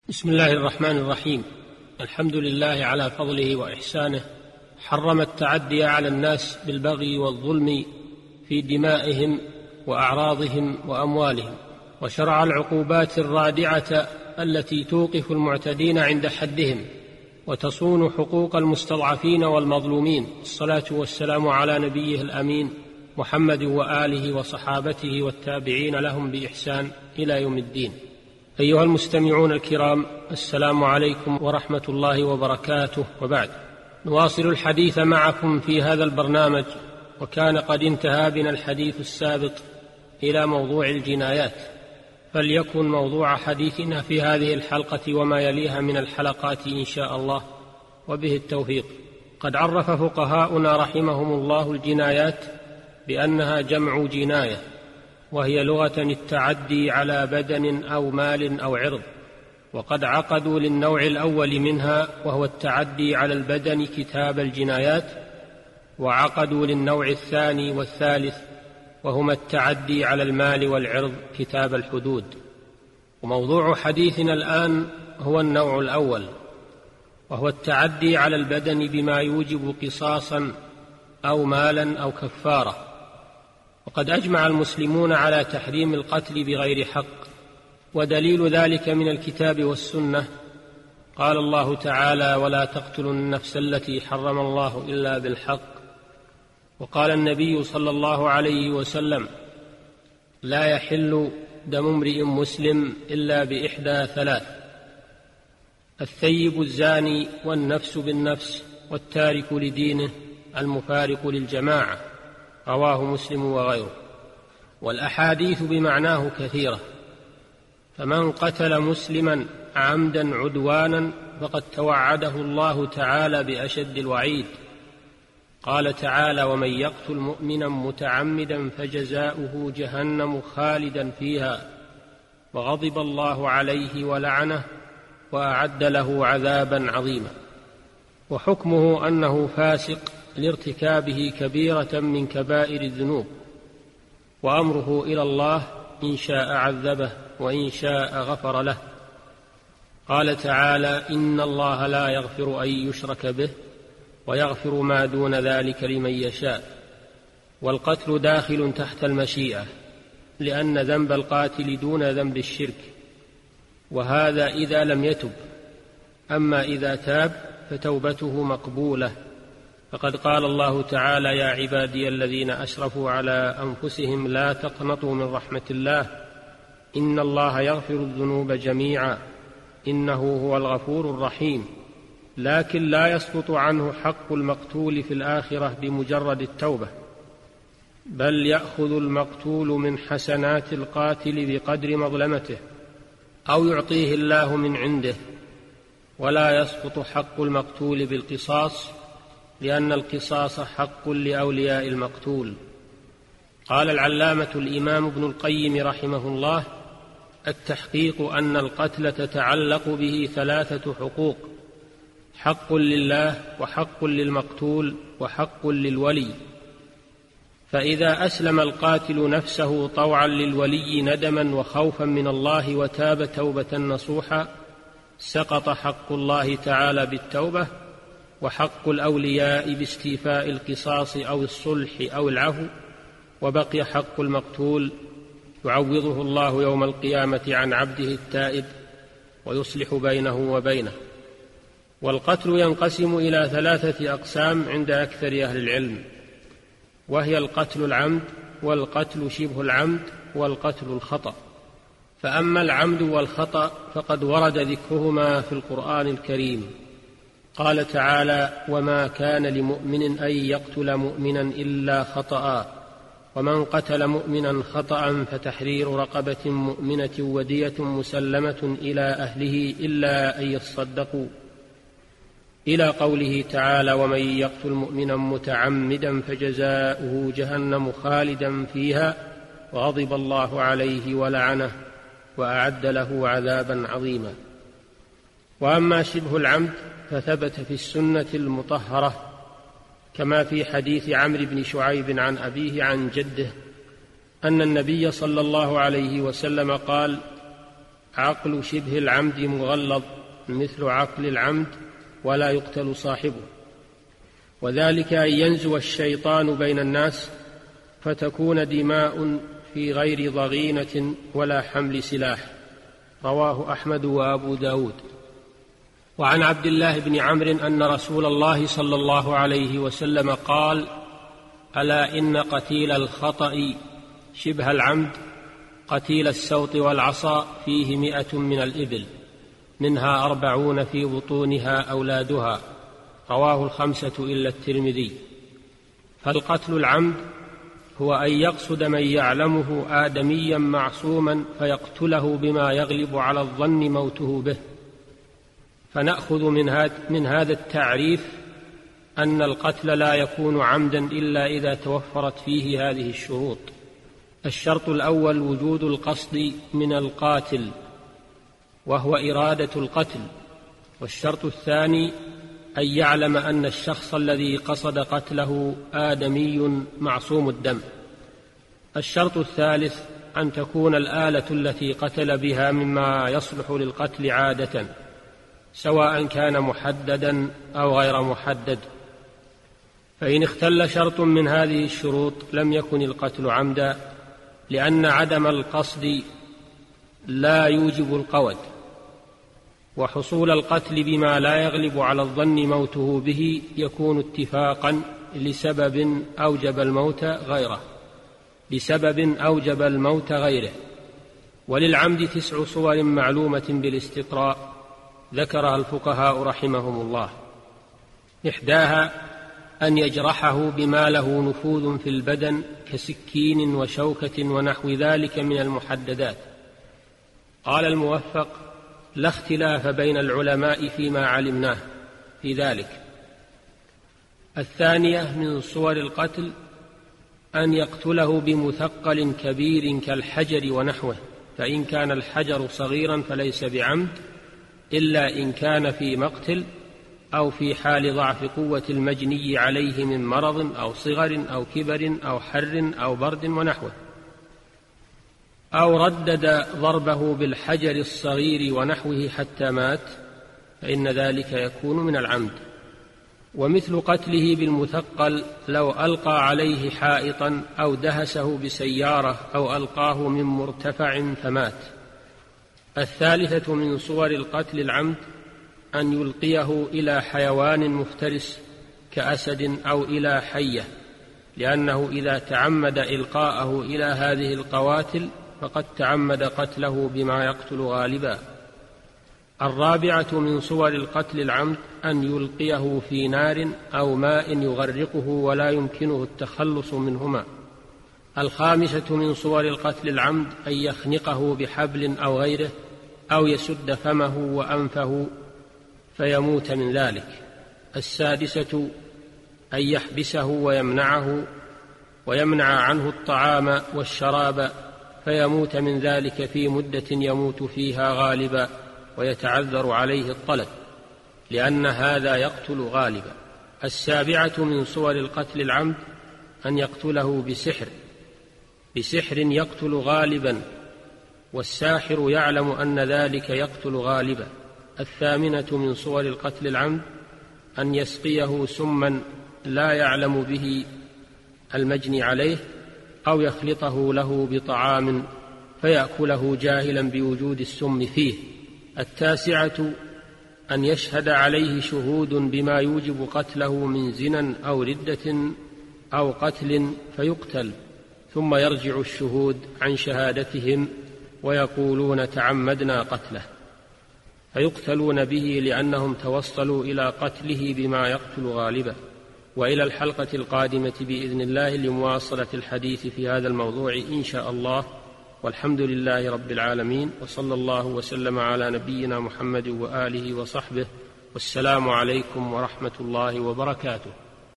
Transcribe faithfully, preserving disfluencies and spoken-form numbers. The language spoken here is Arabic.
بسم الله الرحمن الرحيم. الحمد لله على فضله وإحسانه، حرم التعدي على الناس بالبغي والظلم في دمائهم وأعراضهم وأموالهم، وشرع العقوبات الرادعة التي توقف المعتدين عند حدهم وتصون حقوق المستضعفين والمظلومين. الصلاة والسلام على نبيه الأمين محمد وآله وصحابته والتابعين لهم بإحسان إلى يوم الدين. أيها المستمعون الكرام، السلام عليكم ورحمة الله وبركاته، وبعد. نواصل الحديث معكم في هذا البرنامج، وكان قد انتهى بنا الحديث السابق إلى موضوع الجنايات، فليكن موضوع حديثنا في هذه الحلقة وما يليها من الحلقات إن شاء الله، وبه التوفيق. قد عرف فقهاؤنا رحمهم الله الجنايات بأنها جمع جناية، وهي لغة التعدي على بدن أو مال أو عرض، وقد عقدوا للنوع الأول منها وهو التعدي على البدن كتاب الجنايات، وعقدوا للنوع الثاني والثالث وهما التعدي على المال والعرض كتاب الحدود. وموضوع حديثنا الآن هو النوع الأول، وهو التعدي على البدن بما يوجب قصاصا أو مالا أو كفارة. وقد أجمع المسلمون على تحريم القتل بغير حق، ودليل ذلك من الكتاب والسنة. قال الله تعالى: ولا تقتلوا النفس التي حرم الله إلا بالحق. وقال النبي صلى الله عليه وسلم: لا يحل دم امرئ مسلم إلا بإحدى ثلاث: الثيب الزاني، والنفس بالنفس، والتارك لدينه، المفارق للجماعة. رواه مسلم وغيره. والأحاديث بمعناه كثيرة، فمن قتل مسلما عمدا عدوانا فقد توعده الله تعالى بأشد الوعيد. قال تعالى: ومن يقتل مؤمنا متعمدا فجزاؤه جهنم خالدا فيها وغضب الله عليه ولعنه وأعد له عذابا عظيما. وحكمه أنه فاسق لارتكابه كبيرة من كبائر الذنوب، وأمره إلى الله إن شاء عذبه وإن شاء غفر له. قال تعالى: إن الله لا يغفر أن يشرك به ويغفر ما دون ذلك لمن يشاء. والقتل داخل تحت المشيئة، لأن ذنب القاتل دون ذنب الشرك، وهذا إذا لم يتب. أما إذا تاب فتوبته مقبولة، فقد قال الله تعالى: يا عبادي الذين أسرفوا على أنفسهم لا تقنطوا من رحمة الله إن الله يغفر الذنوب جميعا إنه هو الغفور الرحيم. لكن لا يسقط عنه حق المقتول في الآخرة بمجرد التوبة، بل يأخذ المقتول من حسنات القاتل بقدر مظلمته، أو يعطيه الله من عنده. ولا يسقط حق المقتول بالقصاص، لأن القصاص حق لأولياء المقتول. قال العلامة الإمام ابن القيم رحمه الله: التحقيق أن القتل تتعلق به ثلاثة حقوق: حق لله، وحق للمقتول، وحق للولي. فإذا أسلم القاتل نفسه طوعا للولي ندما وخوفا من الله وتاب توبة نصوحا سقط حق الله تعالى بالتوبة، وحق الأولياء باستيفاء القصاص أو الصلح أو العفو، وبقي حق المقتول يعوضه الله يوم القيامة عن عبده التائب ويصلح بينه وبينه. والقتل ينقسم إلى ثلاثة أقسام عند أكثر أهل العلم، وهي القتل العمد، والقتل شبه العمد، والقتل الخطأ. فأما العمد والخطأ فقد ورد ذكرهما في القرآن الكريم. قال تعالى: وما كان لمؤمن أن يقتل مؤمنا إلا خطأ، ومن قتل مؤمنا خطأ فتحرير رقبة مؤمنة ودية مسلمة إلى أهله إلا أن يصدقوا، إلى قوله تعالى: ومن يقتل مؤمنا متعمدا فجزاؤه جهنم خالدا فيها وغضب الله عليه ولعنه وأعد له عذابا عظيما. وأما شبه العمد فثبت في السنة المطهرة، كما في حديث عمرو بن شعيب عن أبيه عن جده أن النبي صلى الله عليه وسلم قال: عقل شبه العمد مغلظ مثل عقل العمد ولا يقتل صاحبه، وذلك أن ينزو الشيطان بين الناس فتكون دماء في غير ضغينة ولا حمل سلاح. رواه أحمد وأبو داود. وعن عبد الله بن عمرو أن رسول الله صلى الله عليه وسلم قال: ألا إن قتيل الخطأ شبه العمد قتيل السوط والعصا فيه مئة من الإبل منها أربعون في بطونها أولادها. رواه الخمسة إلا الترمذي. فالقتل العمد هو أن يقصد من يعلمه آدميا معصوما فيقتله بما يغلب على الظن موته به. فنأخذ من هذا التعريف أن القتل لا يكون عمدا إلا إذا توفرت فيه هذه الشروط: الشرط الأول وجود القصد من القاتل وهو إرادة القتل، والشرط الثاني أن يعلم أن الشخص الذي قصد قتله آدمي معصوم الدم. الشرط الثالث أن تكون الآلة التي قتل بها مما يصلح للقتل عادة، سواء كان محددا أو غير محدد. فإن اختل شرط من هذه الشروط لم يكن القتل عمدا، لأن عدم القصد لا يوجب القود، وحصول القتل بما لا يغلب على الظن موته به يكون اتفاقا لسبب أوجب الموت غيره لسبب أوجب الموت غيره. وللعمد تسع صور معلومة بالاستقراء ذكرها الفقهاء رحمهم الله: إحداها أن يجرحه بما له نفوذ في البدن كسكين وشوكة ونحو ذلك من المحددات. قال الموفق: لا اختلاف بين العلماء فيما علمناه في ذلك. الثانية من صور القتل أن يقتله بمثقل كبير كالحجر ونحوه، فإن كان الحجر صغيرا فليس بعمد إلا إن كان في مقتل أو في حال ضعف قوة المجني عليه من مرض أو صغر أو كبر أو حر أو برد ونحوه، أو ردد ضربه بالحجر الصغير ونحوه حتى مات، فإن ذلك يكون من العمد. ومثل قتله بالمثقل لو ألقى عليه حائطا أو دهسه بسيارة أو ألقاه من مرتفع فمات. الثالثة من صور القتل العمد أن يلقيه إلى حيوان مفترس كأسد أو إلى حية، لأنه إذا تعمد إلقاءه إلى هذه القواتل فقد تعمد قتله بما يقتل غالبا. الرابعة من صور القتل العمد أن يلقيه في نار أو ماء يغرقه ولا يمكنه التخلص منهما. الخامسة من صور القتل العمد أن يخنقه بحبل أو غيره أو يسد فمه وأنفه فيموت من ذلك. السادسة أن يحبسه ويمنعه ويمنع عنه الطعام والشراب فيموت من ذلك في مدة يموت فيها غالبا ويتعذر عليه الطلب، لأن هذا يقتل غالبا. السابعة من صور القتل العمد أن يقتله بسحر بسحر يقتل غالبا، والساحر يعلم أن ذلك يقتل غالبا. الثامنة من صور القتل العمد أن يسقيه سما لا يعلم به المجني عليه أو يخلطه له بطعام فيأكله جاهلا بوجود السم فيه. التاسعة أن يشهد عليه شهود بما يوجب قتله من زنا أو ردة أو قتل فيقتل، ثم يرجع الشهود عن شهادتهم ويقولون تعمدنا قتله فيقتلون به لأنهم توصلوا إلى قتله بما يقتل غالبا. وإلى الحلقة القادمة بإذن الله لمواصلة الحديث في هذا الموضوع إن شاء الله، والحمد لله رب العالمين، وصلى الله وسلم على نبينا محمد وآله وصحبه، والسلام عليكم ورحمة الله وبركاته.